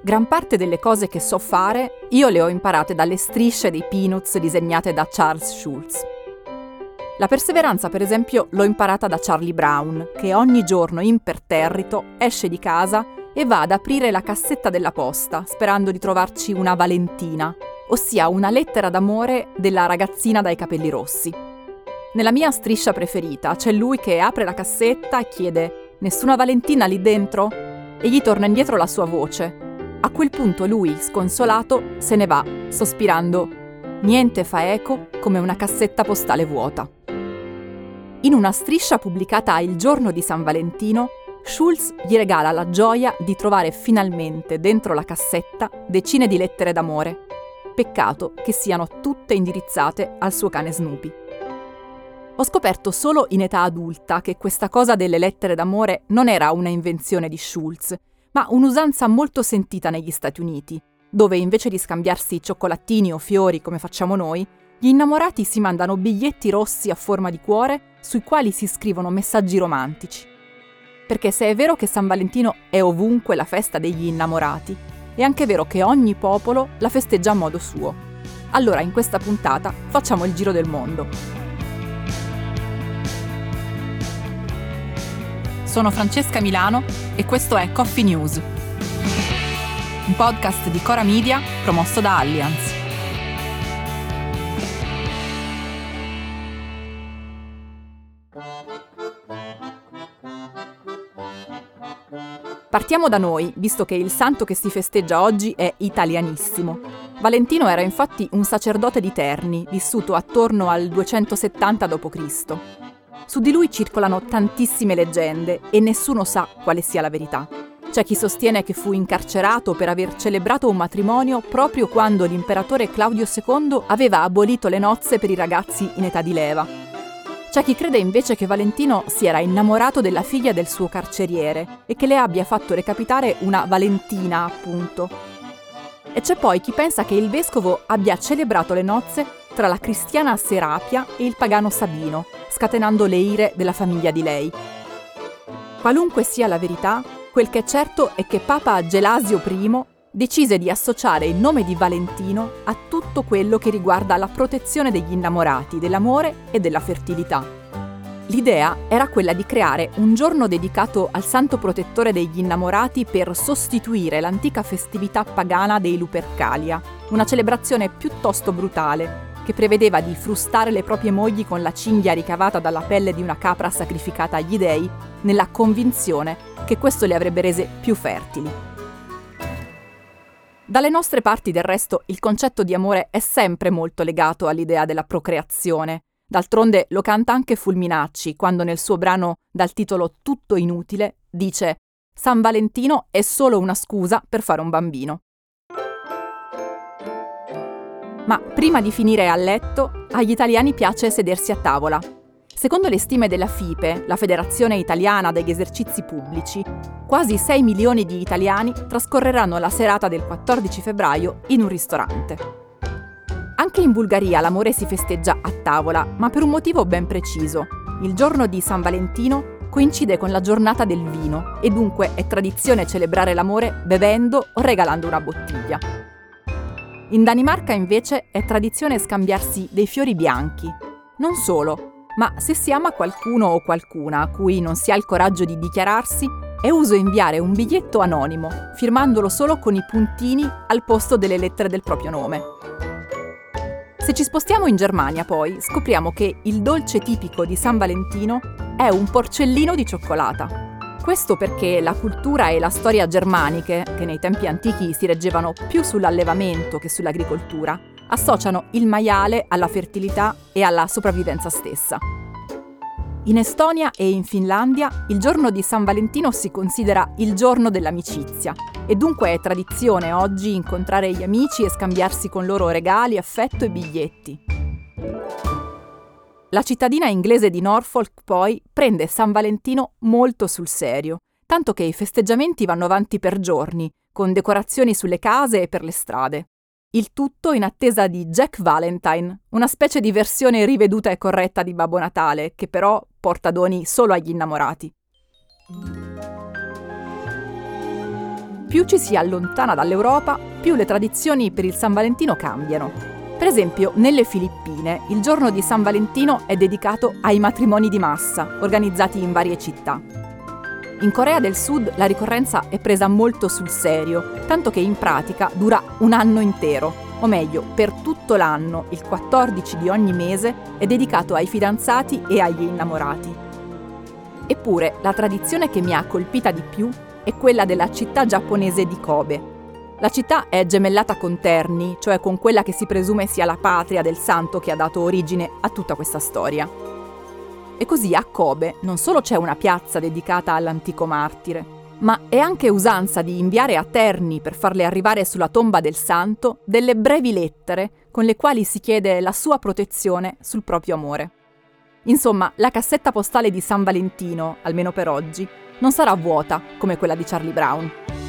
Gran parte delle cose che so fare io le ho imparate dalle strisce dei Peanuts disegnate da Charles Schulz. La perseveranza, per esempio, l'ho imparata da Charlie Brown, che ogni giorno imperterrito esce di casa e va ad aprire la cassetta della posta, sperando di trovarci una Valentina, ossia una lettera d'amore della ragazzina dai capelli rossi. Nella mia striscia preferita c'è lui che apre la cassetta e chiede «Nessuna Valentina lì dentro?» e gli torna indietro la sua voce. A quel punto lui, sconsolato, se ne va, sospirando «Niente fa eco come una cassetta postale vuota». In una striscia pubblicata il giorno di San Valentino, Schulz gli regala la gioia di trovare finalmente dentro la cassetta decine di lettere d'amore. Peccato che siano tutte indirizzate al suo cane Snoopy. Ho scoperto solo in età adulta che questa cosa delle lettere d'amore non era una invenzione di Schulz, ma un'usanza molto sentita negli Stati Uniti, dove invece di scambiarsi cioccolatini o fiori come facciamo noi, gli innamorati si mandano biglietti rossi a forma di cuore sui quali si scrivono messaggi romantici. Perché se è vero che San Valentino è ovunque la festa degli innamorati, è anche vero che ogni popolo la festeggia a modo suo. Allora in questa puntata facciamo il giro del mondo. Sono Francesca Milano e questo è Coffee News, un podcast di Cora Media promosso da Allianz. Partiamo da noi, visto che il santo che si festeggia oggi è italianissimo. Valentino era infatti un sacerdote di Terni, vissuto attorno al 270 d.C. Su di lui circolano tantissime leggende e nessuno sa quale sia la verità. C'è chi sostiene che fu incarcerato per aver celebrato un matrimonio proprio quando l'imperatore Claudio II aveva abolito le nozze per i ragazzi in età di leva. C'è chi crede invece che Valentino si era innamorato della figlia del suo carceriere e che le abbia fatto recapitare una Valentina, appunto. E c'è poi chi pensa che il vescovo abbia celebrato le nozze tra la cristiana Serapia e il pagano Sabino, scatenando le ire della famiglia di lei. Qualunque sia la verità, quel che è certo è che Papa Gelasio I decise di associare il nome di Valentino a tutto quello che riguarda la protezione degli innamorati, dell'amore e della fertilità. L'idea era quella di creare un giorno dedicato al santo protettore degli innamorati per sostituire l'antica festività pagana dei Lupercalia, una celebrazione piuttosto brutale, che prevedeva di frustare le proprie mogli con la cinghia ricavata dalla pelle di una capra sacrificata agli dei, nella convinzione che questo le avrebbe rese più fertili. Dalle nostre parti, del resto, il concetto di amore è sempre molto legato all'idea della procreazione. D'altronde lo canta anche Fulminacci, quando nel suo brano dal titolo Tutto inutile dice «San Valentino è solo una scusa per fare un bambino». Ma prima di finire a letto, agli italiani piace sedersi a tavola. Secondo le stime della FIPE, la Federazione Italiana degli Esercizi Pubblici, quasi 6 milioni di italiani trascorreranno la serata del 14 febbraio in un ristorante. Anche in Bulgaria l'amore si festeggia a tavola, ma per un motivo ben preciso. Il giorno di San Valentino coincide con la giornata del vino e dunque è tradizione celebrare l'amore bevendo o regalando una bottiglia. In Danimarca invece è tradizione scambiarsi dei fiori bianchi. Non solo, ma se si ama qualcuno o qualcuna a cui non si ha il coraggio di dichiararsi, è uso inviare un biglietto anonimo, firmandolo solo con i puntini al posto delle lettere del proprio nome. Se ci spostiamo in Germania poi, scopriamo che il dolce tipico di San Valentino è un porcellino di cioccolata. Questo perché la cultura e la storia germaniche, che nei tempi antichi si reggevano più sull'allevamento che sull'agricoltura, associano il maiale alla fertilità e alla sopravvivenza stessa. In Estonia e in Finlandia il giorno di San Valentino si considera il giorno dell'amicizia e dunque è tradizione oggi incontrare gli amici e scambiarsi con loro regali, affetto e biglietti. La cittadina inglese di Norfolk, poi, prende San Valentino molto sul serio, tanto che i festeggiamenti vanno avanti per giorni, con decorazioni sulle case e per le strade. Il tutto in attesa di Jack Valentine, una specie di versione riveduta e corretta di Babbo Natale, che però porta doni solo agli innamorati. più ci si allontana dall'Europa, più le tradizioni per il San Valentino cambiano. Per esempio, nelle Filippine, il giorno di San Valentino è dedicato ai matrimoni di massa, organizzati in varie città. In Corea del Sud la ricorrenza è presa molto sul serio, tanto che in pratica dura un anno intero, o meglio, per tutto l'anno, il 14 di ogni mese è dedicato ai fidanzati e agli innamorati. Eppure, la tradizione che mi ha colpita di più è quella della città giapponese di Kobe. La città è gemellata con Terni, cioè con quella che si presume sia la patria del santo che ha dato origine a tutta questa storia. E così a Kobe non solo c'è una piazza dedicata all'antico martire, ma è anche usanza di inviare a Terni, per farle arrivare sulla tomba del santo, delle brevi lettere con le quali si chiede la sua protezione sul proprio amore. Insomma, la cassetta postale di San Valentino, almeno per oggi, non sarà vuota come quella di Charlie Brown.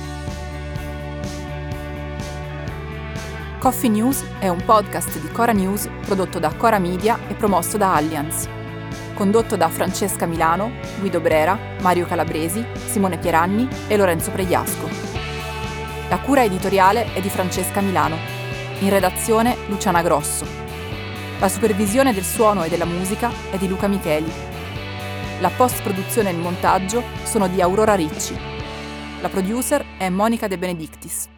Coffee News è un podcast di Cora News prodotto da Cora Media e promosso da Allianz. Condotto da Francesca Milano, Guido Brera, Mario Calabresi, Simone Pieranni e Lorenzo Pregliasco. La cura editoriale è di Francesca Milano. In redazione Luciana Grosso. La supervisione del suono e della musica è di Luca Micheli. La post-produzione e il montaggio sono di Aurora Ricci. La producer è Monica De Benedictis.